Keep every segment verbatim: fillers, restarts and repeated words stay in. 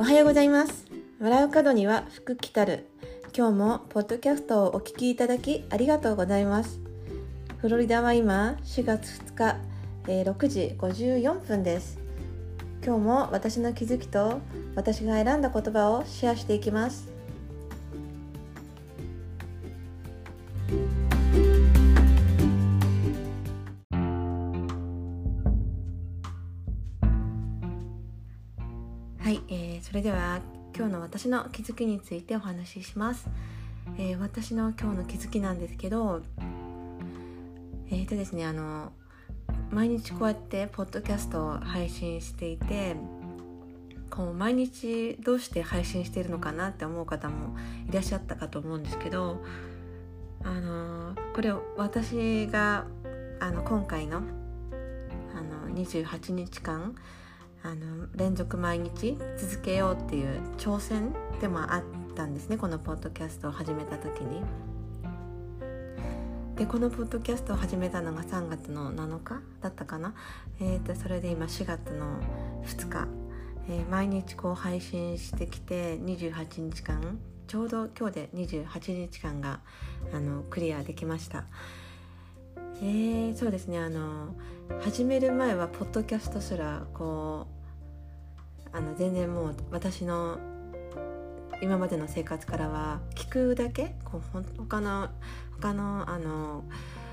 おはようございます。笑う角には福来たる。今日もポッドキャストをお聞きいただきありがとうございます。フロリダは今しがつふつか、えー、ろくじごじゅうよんぷんです。今日も私の気づきと私が選んだ言葉をシェアしていきます。はい、えー、それでは今日の私の気づきについてお話しします。えー、私の今日の気づきなんですけど、えーとですね、あの毎日こうやってポッドキャストを配信していて、こう毎日どうして配信しているのかなって思う方もいらっしゃったかと思うんですけど、あのこれを私があの今回のあのにじゅうはちにちかんあの連続毎日続けようっていう挑戦でもあったんですね。このポッドキャストを始めた時に。でこのポッドキャストを始めたのがさんがつのなのかだったかな、えー、とそれで今しがつのふつか、えー、毎日こう配信してきてにじゅうはちにちかん、ちょうど今日でにじゅうはちにちかんがあのクリアできました。えー、そうですね、あの始める前はポッドキャストすらこうあの全然もう私の今までの生活からは聞くだけ、こう他の他のあの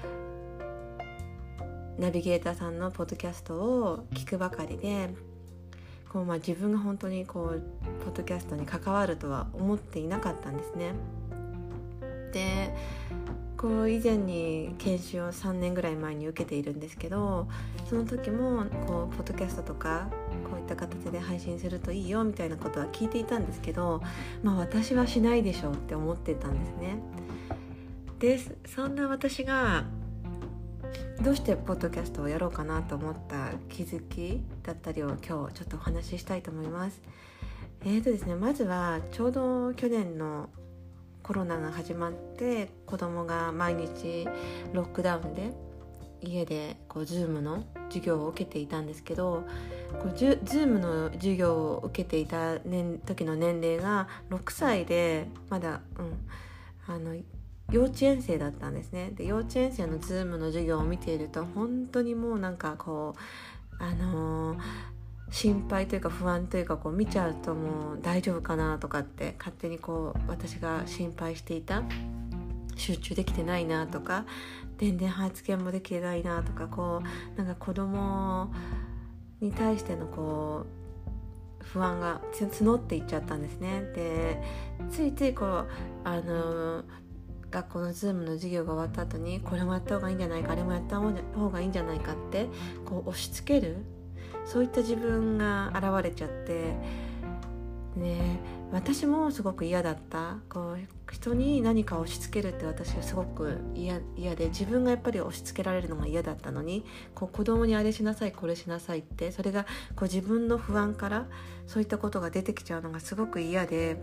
ナビゲーターさんのポッドキャストを聞くばかりで、こう、まあ、自分が本当にこうポッドキャストに関わるとは思っていなかったんですね。でこう以前に研修をさんねんぐらい前に受けているんですけど、その時もこうポッドキャストとかこういった形で配信するといいよみたいなことは聞いていたんですけど、まあ私はしないでしょうって思ってたんですね。でそんな私がどうしてポッドキャストをやろうかなと思った気づきだったりを今日ちょっとお話ししたいと思います。えーとですね、まずはちょうど去年のコロナが始まって子供が毎日ロックダウンで家でこう Zoom の授業を受けていたんですけど、こう Zoom の授業を受けていた年時の年齢がろくさいでまだ、うん、あの幼稚園生だったんですね。で幼稚園生の Zoom の授業を見ていると本当にもうなんかこうあのー心配というか不安というか、こう見ちゃうともう大丈夫かなとかって勝手にこう私が心配していた、集中できてないなとか全然発言もできてないなとか、こうなんか子供に対してのこう不安が募っていっちゃったんですね。でついついこうあの学校の Zoom の授業が終わった後にこれもやった方がいいんじゃないか、あれもやった方がいいんじゃないかってこう押し付ける、そういった自分が現れちゃって、ね、私もすごく嫌だった。こう人に何か押し付けるって私はすごく 嫌, 嫌で自分がやっぱり押し付けられるのが嫌だったのに、こう子供にあれしなさいこれしなさいって、それがこう自分の不安からそういったことが出てきちゃうのがすごく嫌で、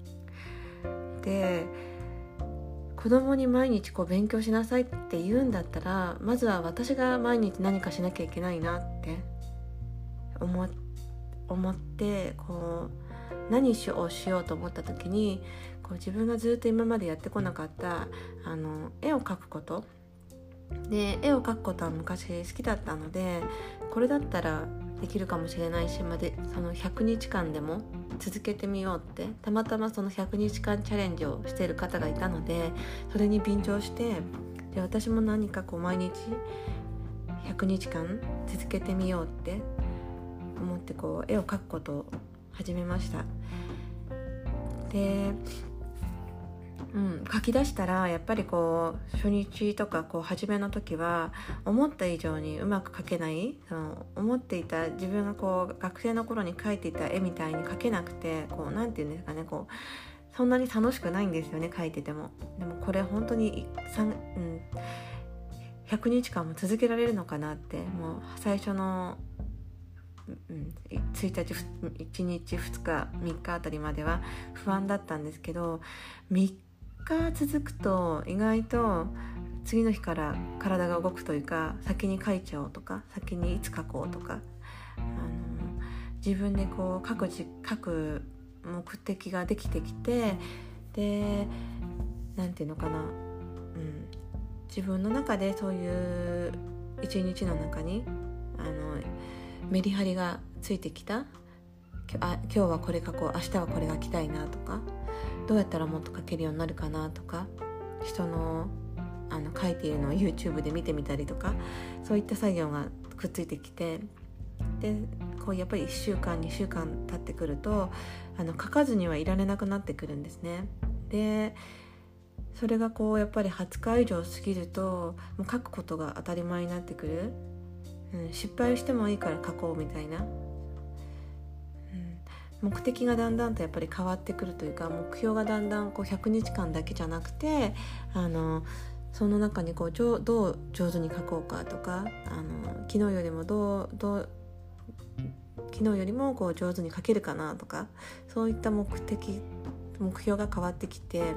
で子供に毎日こう勉強しなさいって言うんだったら、まずは私が毎日何かしなきゃいけないなって思, 思ってこう何をしようと思った時に、こう自分がずっと今までやってこなかったあの絵を描くことで、絵を描くことは昔好きだったので、これだったらできるかもしれないし、までそのひゃくにちかんでも続けてみようって、たまたまそのひゃくにちかんチャレンジをしている方がいたので、それに便乗して、で私も何かこう毎日ひゃくにちかん続けてみようって思ってこう絵を描くことを始めました。で、うん、描き出したらやっぱりこう初日とかこう初めの時は思った以上にうまく描けない、その思っていた自分がこう学生の頃に描いていた絵みたいに描けなくて、こうなんていうんですかね、こうそんなに楽しくないんですよね、描いてても。でもこれ本当にさん、うん、ひゃくにちかんも続けられるのかなって、もう最初のうん、ついたちいちにちふつかみっかあたりまでは不安だったんですけど、みっか続くと意外と次の日から体が動くというか、先に書いちゃおうとか先にいつ書こうとか、あの自分でこう各自各目的ができてきて、でなんていうのかな、うん、自分の中でそういう一日の中にあのメリハリがついてきた。あ、今日はこれ書こう、明日はこれ書きたいなとか、どうやったらもっと書けるようになるかなとか、人のあの書いているのを YouTube で見てみたりとか、そういった作業がくっついてきて、でこうやっぱりいっしゅうかんにしゅうかん経ってくるとあの書かずにはいられなくなってくるんですね。でそれがこうやっぱりはつか以上過ぎるともう書くことが当たり前になってくる、うん、失敗してもいいから書こうみたいな、目的がだんだんとやっぱり変わってくるというか、目標がだんだんこうひゃくにちかんだけじゃなくて、あのその中にこうどう上手に書こうかとか、あの昨日よりもどうどう昨日よりもこう上手に書けるかなとか、そういった目的目標が変わってきて、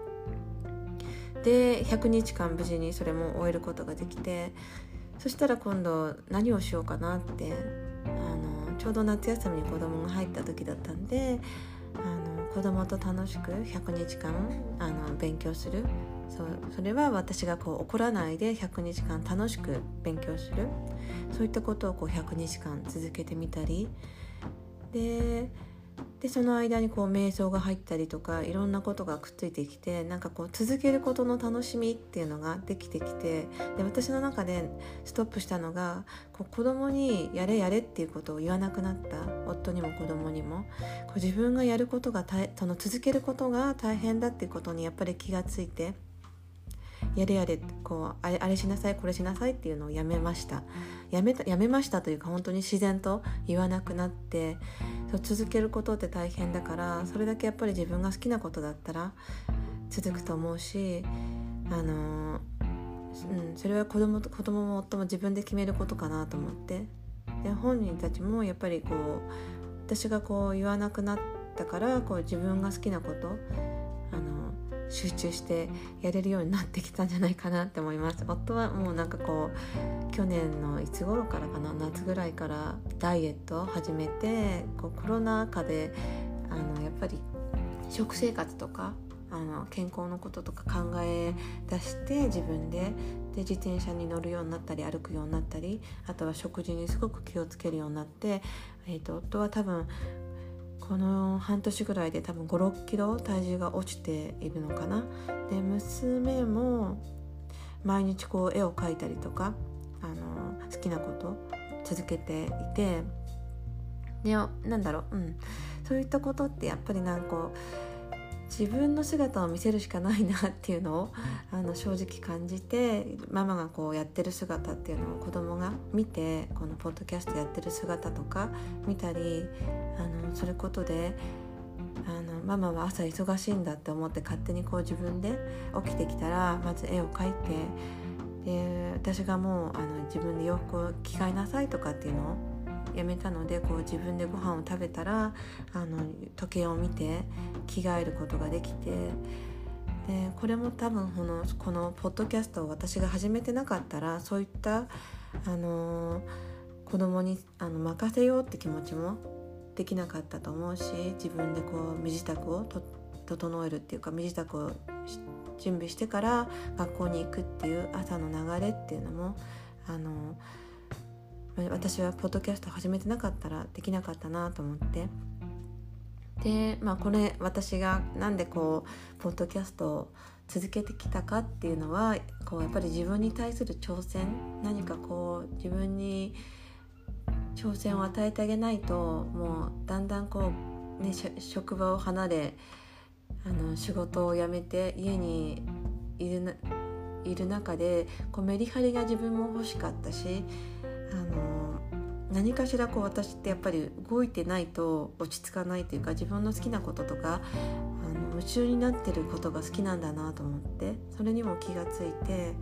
でひゃくにちかん無事にそれも終えることができて、そしたら今度何をしようかなって、あのちょうど夏休みに子供が入った時だったんで、あの子供と楽しくひゃくにちかんあの勉強する。そう、それは私がこう怒らないでひゃくにちかん楽しく勉強する、そういったことをこうひゃくにちかん続けてみたりで、でその間にこう瞑想が入ったりとか、いろんなことがくっついてきて、なんかこう続けることの楽しみっていうのができてきて、で私の中でストップしたのが、こう子供にやれやれっていうことを言わなくなった。夫にも子供にもこう自分がやることが大その続けることが大変だっていうことにやっぱり気がついて、やれやれこうあれ、あれしなさいこれしなさいっていうのをやめましたやめたやめましたというか、本当に自然と言わなくなって、そう続けることって大変だから、それだけやっぱり自分が好きなことだったら続くと思うし、あの、うん、それは子供と子供も夫も自分で決めることかなと思って、で本人たちもやっぱりこう私がこう言わなくなったから、こう自分が好きなことあの集中してやれるようになってきたんじゃないかなって思います。夫はもうなんかこう去年のいつ頃からかな、夏ぐらいからダイエットを始めて、こうコロナ禍であのやっぱり食生活とかあの健康のこととか考え出して、自分でで自転車に乗るようになったり歩くようになったり、あとは食事にすごく気をつけるようになって、えーと、夫は多分この半年ぐらいで多分ご、ろっキロ体重が落ちているのかな。で娘も毎日こう絵を描いたりとか、あの好きなこと続けていて、でなんだろう、うん、そういったことってやっぱりなんかこう自分の姿を見せるしかないなっていうのをあの正直感じて、ママがこうやってる姿っていうのを子供が見て、このポッドキャストやってる姿とか見たり、あのすることで、あのママは朝忙しいんだって思って勝手にこう自分で起きてきたらまず絵を描いて、で私がもうあの自分で洋服を着替えなさいとかっていうのをやめたので、こう自分でご飯を食べたらあの時計を見て着替えることができて、でこれも多分この、このポッドキャストを私が始めてなかったら、そういったあの子供にあの任せようって気持ちもできなかったと思うし、自分でこう身支度をと整えるっていうか、身支度を準備してから学校に行くっていう朝の流れっていうのもあの私はポッドキャスト始めてなかったらできなかったなと思って、で、まあ、これ私がなんでこうポッドキャストを続けてきたかっていうのは、こうやっぱり自分に対する挑戦、何かこう自分に挑戦を与えてあげないと、もうだんだんこう、ね、職場を離れあの仕事を辞めて家にいるな、いる中でこうメリハリが自分も欲しかったし、あの何かしらこう私ってやっぱり動いてないと落ち着かないというか、自分の好きなこととかあの夢中になってることが好きなんだなと思って、それにも気がついて、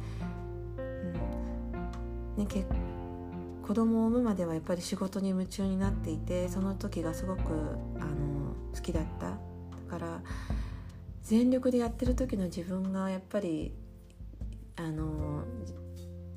うんね、結子供を産むまではやっぱり仕事に夢中になっていて、その時がすごくあの好きだった。だから全力でやってる時の自分がやっぱりあの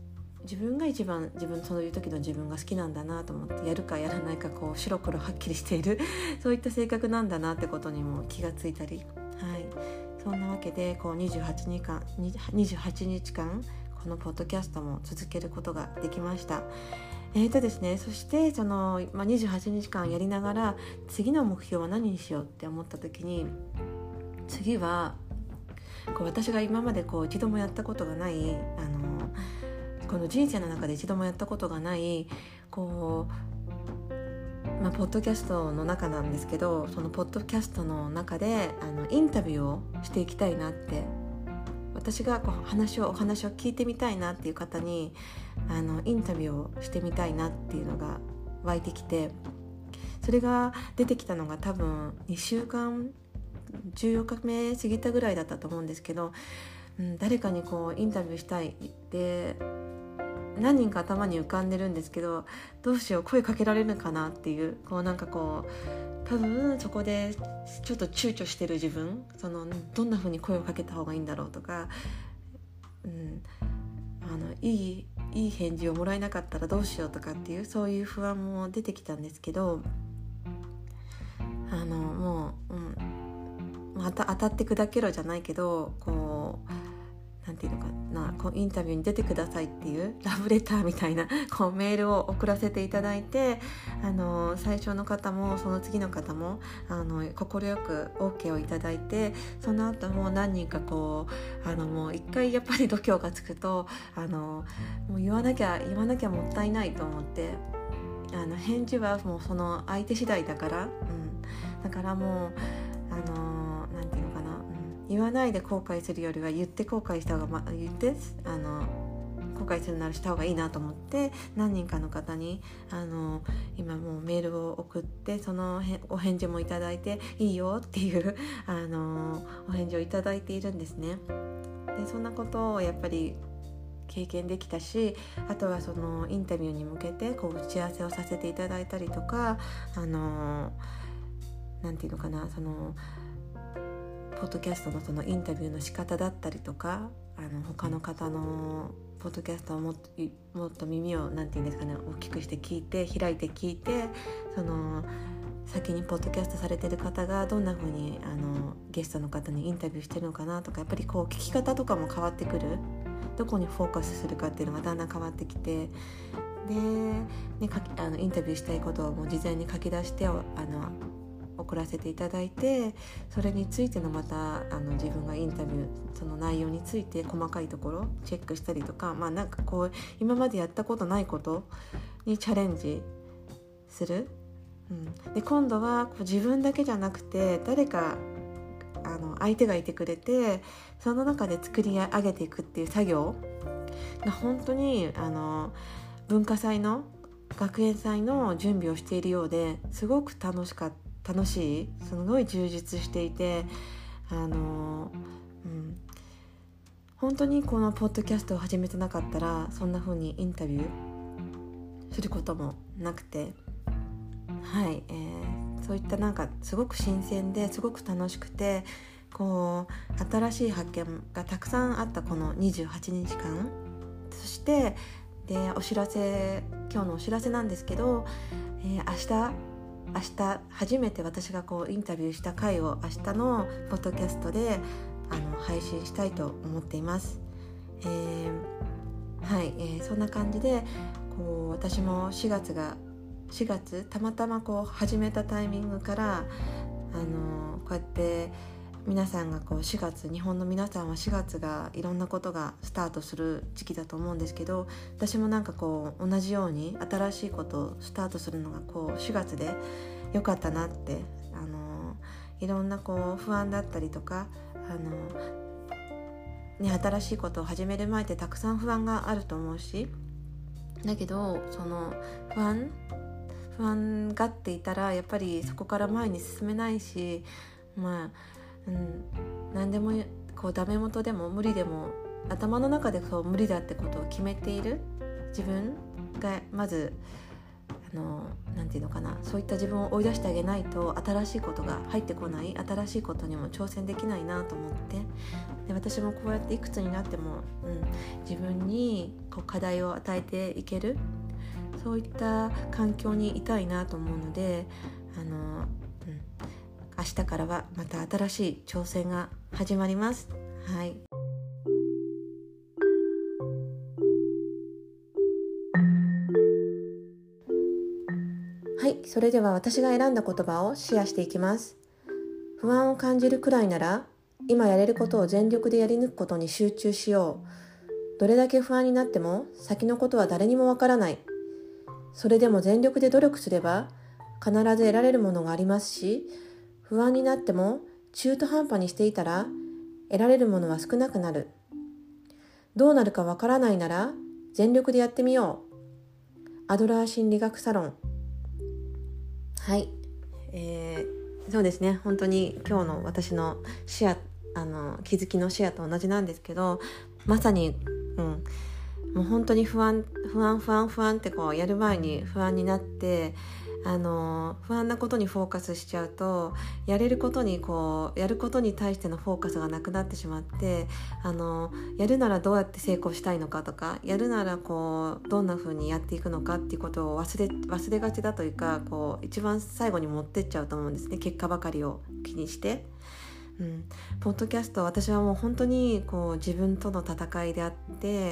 自分が一番自分そういう時の自分が好きなんだなと思って、やるかやらないかこう白黒はっきりしているそういった性格なんだなってことにも気がついたり、はい、そんなわけでこうにじゅうはちにちかんにじゅうはちにちかんこのポッドキャストも続けることができました。えーとですね、そしてその、まあ、にじゅうはちにちかんやりながら次の目標は何にしようって思った時に、次はこう私が今までこう一度もやったことがない、あのこの人生の中で一度もやったことがないこう、まあ、ポッドキャストの中なんですけど、そのポッドキャストの中であのインタビューをしていきたいなって、私がこう話をお話を聞いてみたいなっていう方にあのインタビューをしてみたいなっていうのが湧いてきて、それが出てきたのが多分にしゅうかんじゅうよっかめ過ぎたぐらいだったと思うんですけど、うん、誰かにこうインタビューしたいで何人か頭に浮かんでるんですけど、どうしよう声かけられるかなっていう、こうなんかこう多分そこでちょっと躊躇してる自分、そのどんな風に声をかけた方がいいんだろうとか、うん、あのいいいい返事をもらえなかったらどうしようとかっていう、そういう不安も出てきたんですけど、あのもう、うん、また当たって砕けろじゃないけど、こうなんていうのかな、こうインタビューに出てくださいっていうラブレターみたいなこうメールを送らせていただいて、あの最初の方もその次の方もあの快く OK をいただいて、その後も何人かこうあのもう一回やっぱり度胸がつくと、あのもう言わなきゃ言わなきゃもったいないと思って、あの返事はもうその相手次第だから、うん、だからもうあのなんていうのかな、言わないで後悔するよりは言って後悔した方が、ま、言ってあの後悔するならした方がいいなと思って、何人かの方にあの今もうメールを送って、そのお返事もいただいていいよっていうあのお返事をいただいているんですね。でそんなことをやっぱり経験できたし、あとはそのインタビューに向けてこう打ち合わせをさせていただいたりとか、あのなんていうのかな、そのポッドキャストのそのインタビューの仕方だったりとか、あの他の方のポッドキャストをもっと、もっと耳をなんていうんですかね、大きくして聞いて開いて聞いて、その先にポッドキャストされてる方がどんな風にあのゲストの方にインタビューしてるのかなとか、やっぱりこう聞き方とかも変わってくる、どこにフォーカスするかっていうのがだんだん変わってきて、で、ね、かあのインタビューしたいことをもう事前に書き出してあの送らせていただいて、それについてのまたあの自分がインタビューその内容について細かいところチェックしたりとか、まあなんかこう今までやったことないことにチャレンジする、うん、で今度はこう自分だけじゃなくて誰かあの相手がいてくれて、その中で作り上げていくっていう作業が本当にあの文化祭の学園祭の準備をしているようで、すごく楽しかった楽しい、すごい充実していて、あの、うん、本当にこのポッドキャストを始めてなかったらそんな風にインタビューすることもなくて、はい、えー、そういったなんかすごく新鮮ですごく楽しくて、こう新しい発見がたくさんあったこのにじゅうはちにちかん、そしてでお知らせ今日のお知らせなんですけど、えー、明日明日初めて私がこうインタビューした回を明日のポッドキャストであの配信したいと思っています。えー、はい、えー、そんな感じでこう私もしがつがしがつたまたまこう始めたタイミングから、あのこうやって皆さんがこうしがつ、日本の皆さんはしがつがいろんなことがスタートする時期だと思うんですけど、私もなんかこう同じように新しいことをスタートするのがこうしがつでよかったなって、あのいろんなこう不安だったりとか、あの、ね、新しいことを始める前ってたくさん不安があると思うし、だけどその不安不安がっていたらやっぱりそこから前に進めないし、まあうん、何でもこうダメ元でも無理でも頭の中でそう無理だってことを決めている自分がまずのなんていうのかな、そういった自分を追い出してあげないと新しいことが入ってこない、新しいことにも挑戦できないなと思って、で私もこうやっていくつになっても、うん、自分にこう課題を与えていける、そういった環境にいたいなと思うので、あの、うん、明日からはまた新しい挑戦が始まります。はい。はい、それでは私が選んだ言葉をシェアしていきます。不安を感じるくらいなら、今やれることを全力でやり抜くことに集中しよう。どれだけ不安になっても先のことは誰にもわからない。それでも全力で努力すれば必ず得られるものがありますし、不安になっても中途半端にしていたら得られるものは少なくなる。どうなるかわからないなら全力でやってみよう。アドラー心理学サロン。はい、えー、そうですね、本当に今日の私のシェア、あの気づきのシェアと同じなんですけど、まさに、うん、もう本当に不安不安不安不安ってこうやる前に不安になって、あの不安なことにフォーカスしちゃうと、やれることにこうやることに対してのフォーカスがなくなってしまって、あのやるならどうやって成功したいのかとか、やるならこうどんな風にやっていくのかっていうことを忘れ忘れがちだというか、こう一番最後に持ってっちゃうと思うんですね、結果ばかりを気にして。うん、ポッドキャスト、私はもう本当にこう自分との戦いであって、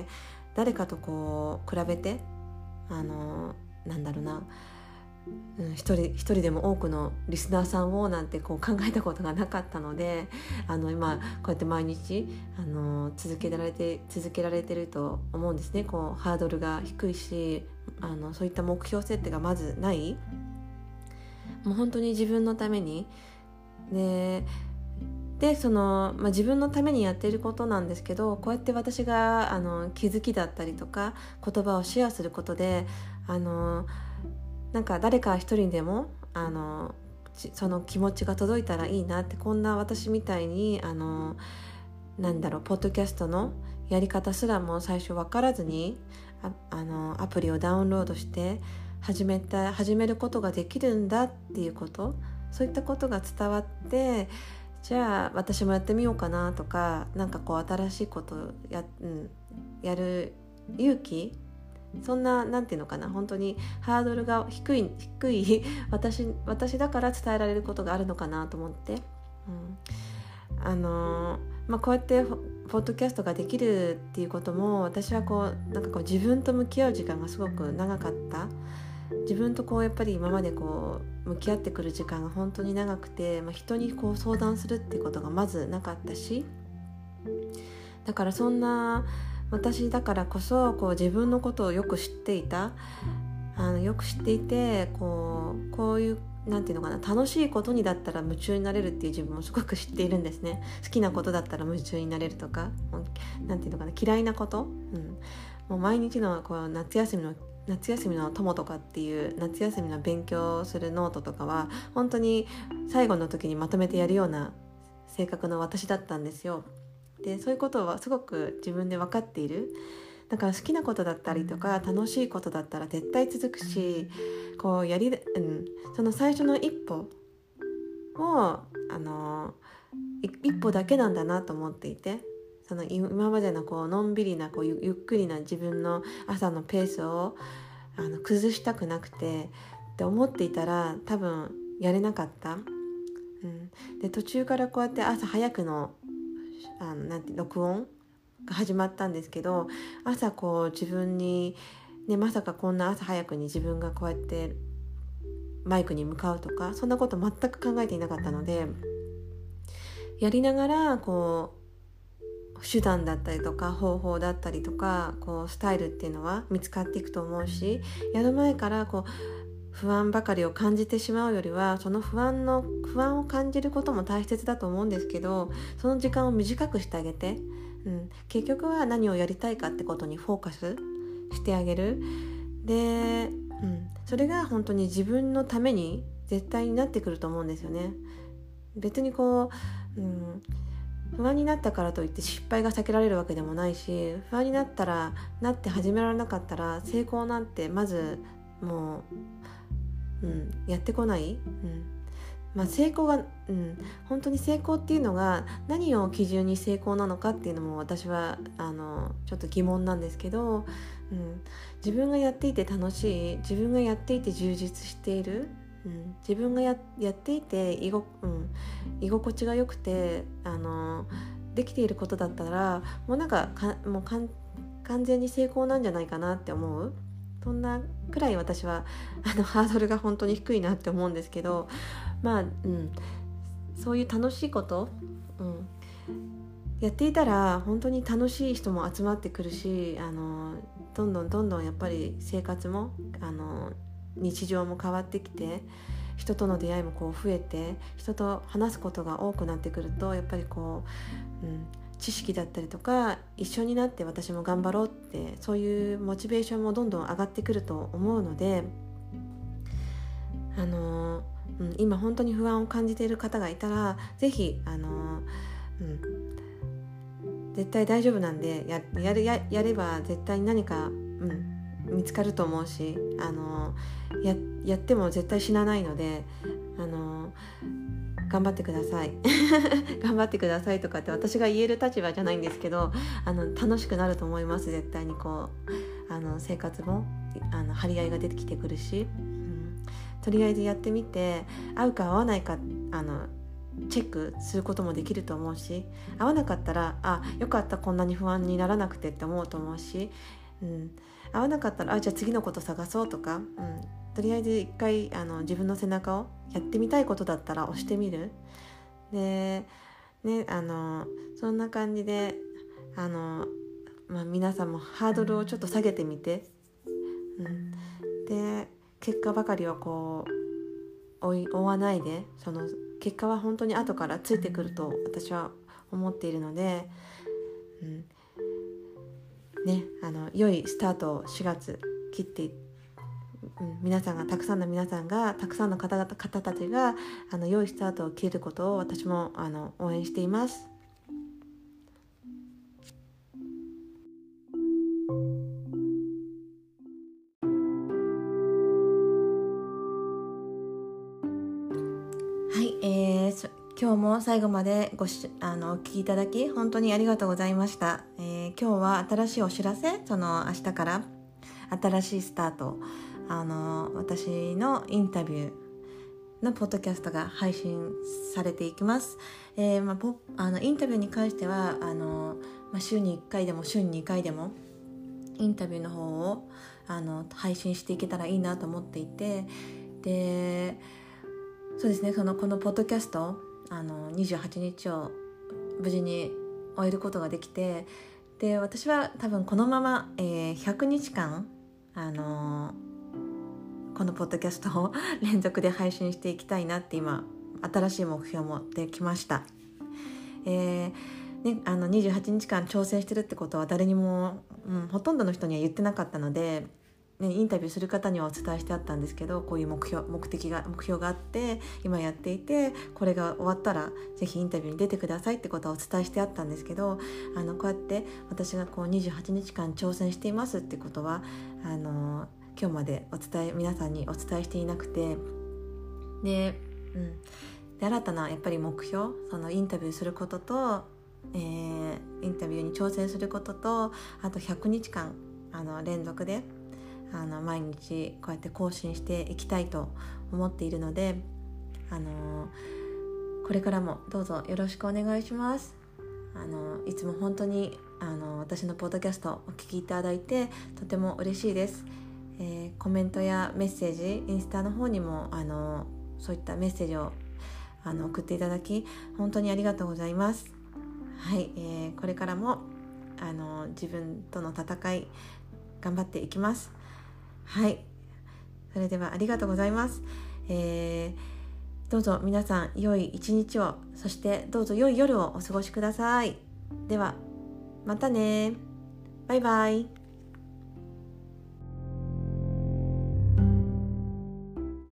誰かとこう比べて、あのなんだろうな、うん、一人一人でも多くのリスナーさんをなんてこう考えたことがなかったので、あの今こうやって毎日あの続けられて続けられてると思うんですね。こうハードルが低いし、あのそういった目標設定がまずない、もう本当に自分のためにででその、まあ、自分のためにやっていることなんですけど、こうやって私があの気づきだったりとか言葉をシェアすることで、あのなんか誰か一人でもあのその気持ちが届いたらいいなって、こんな私みたいにあのなんだろうポッドキャストのやり方すらも最初分からずに あ, あのアプリをダウンロードして始めた始めることができるんだっていうこと、そういったことが伝わって、じゃあ私もやってみようかなとか、なんかこう新しいことを や,、うん、やる勇気、そんななんていうのかな、本当にハードルが低い低い私私だから伝えられることがあるのかなと思って、うん、あのー、まあこうやってポッドキャストができるっていうことも、私はこうなんかこう自分と向き合う時間がすごく長かった。自分とこうやっぱり今までこう向き合ってくる時間が本当に長くて、まあ、人にこう相談するっていうことがまずなかったし、だからそんな私だからこそこう自分のことをよく知っていた、あのよく知っていて、こうこういうなんていうのかな、楽しいことにだったら夢中になれるっていう自分もすごく知っているんですね。好きなことだったら夢中になれるとか、なんていうのかな、嫌いなこと、うん、もう毎日のこう夏休みの夏休みの友とかっていう夏休みの勉強するノートとかは本当に最後の時にまとめてやるような性格の私だったんですよ。でそういうことはすごく自分で分かっている。だから好きなことだったりとか楽しいことだったら絶対続くし、こうやり、うん、その最初の一歩をあの一歩だけなんだなと思っていて、その今までのこうのんびりなこう ゆ, ゆっくりな自分の朝のペースをあの崩したくなくてって思っていたら多分やれなかった、うん、で途中からこうやって朝早くの、あのなんて録音が始まったんですけど、朝こう自分に、ね、まさかこんな朝早くに自分がこうやってマイクに向かうとかそんなこと全く考えていなかったので、やりながらこう手段だったりとか方法だったりとかこうスタイルっていうのは見つかっていくと思うし、やる前からこう不安ばかりを感じてしまうよりは、その不安の不安を感じることも大切だと思うんですけど、その時間を短くしてあげて、うん、結局は何をやりたいかってことにフォーカスしてあげる。で、うん、それが本当に自分のために絶対になってくると思うんですよね。別にこう、うん、不安になったからといって失敗が避けられるわけでもないし、不安になったらなって始められなかったら成功なんてまずもううん、やってこない、うんまあ、成功が、うん、本当に成功っていうのが何を基準に成功なのかっていうのも私はあのちょっと疑問なんですけど、うん、自分がやっていて楽しい、自分がやっていて充実している、うん、自分が や, やっていて居ご、うん、居心地が良くてあのできていることだったらもうなんか、かもうかん完全に成功なんじゃないかなって思う。そんなくらい私はあのハードルが本当に低いなって思うんですけど、まあ、うん、そういう楽しいこと、うん、やっていたら本当に楽しい人も集まってくるし、あのどんどんどんどんやっぱり生活もあの日常も変わってきて、人との出会いもこう増えて、人と話すことが多くなってくるとやっぱりこう、うん、知識だったりとか一緒になって私も頑張ろうって、そういうモチベーションもどんどん上がってくると思うので、あの、うん、今本当に不安を感じている方がいたらぜひあの、うん、絶対大丈夫なんで や, や, る や, やれば絶対に何か、うん、見つかると思うし、あの や, やっても絶対死なないので、あの頑張ってください頑張ってくださいとかって私が言える立場じゃないんですけど、あの楽しくなると思います。絶対にこうあの生活もあの張り合いが出てきてくるし、うん、とりあえずやってみて合うか合わないかあのチェックすることもできると思うし、合わなかったらあよかったこんなに不安にならなくてって思うと思うし、うん、合わなかったらあじゃあ次のこと探そうとか、うん、とりあえず一回あの自分の背中をやってみたいことだったら押してみる。で、ね、あのそんな感じであの、まあ、皆さんもハードルをちょっと下げてみて、うん、で結果ばかりはこう 追, い追わないで、その結果は本当に後からついてくると私は思っているので、うんね、あの良いスタートをしがつ切っていって、うん、皆さんがたくさんの皆さんがたくさんの方々方たちがあの良いスタートを切ることを私もあの応援しています。はい、えー、今日も最後までごしあのお聞きいただき本当にありがとうございました。えー、今日は新しいお知らせ、その明日から新しいスタート、あの私のインタビューのポッドキャストが配信されていきます。えーまあ、ポあのインタビューに関してはあの、まあ、週にいっかいでも週ににかいでもインタビューの方をあの配信していけたらいいなと思っていて、でそうですね、そのこのポッドキャストあのにじゅうはちにちを無事に終えることができて、で私は多分このまま、えー、ひゃくにちかんあのこのポッドキャストを連続で配信していきたいなって今新しい目標もできました。えーね、あのにじゅうはちにちかん挑戦してるってことは誰にも、うん、ほとんどの人には言ってなかったので、ね、インタビューする方にはお伝えしてあったんですけど、こういう目標、目的が目標があって今やっていて、これが終わったらぜひインタビューに出てくださいってことはお伝えしてあったんですけど、あのこうやって私がこうにじゅうはちにちかん挑戦していますってことはあの今日までお伝え皆さんにお伝えしていなくて、で、うん、で新たなやっぱり目標、そのインタビューすることと、えー、インタビューに挑戦することと、あとひゃくにちかんあの連続であの毎日こうやって更新していきたいと思っているので、あのこれからもどうぞよろしくお願いします。あのいつも本当にあの私のポッドキャストお聞きいただいてとても嬉しいです。えー、コメントやメッセージインスタの方にもあのそういったメッセージをあの送っていただき本当にありがとうございます。はい、えー、これからもあの自分との戦い頑張っていきます。はい、それではありがとうございます。えー、どうぞ皆さん良い一日を、そしてどうぞ良い夜をお過ごしください。ではまたね、バイバイ。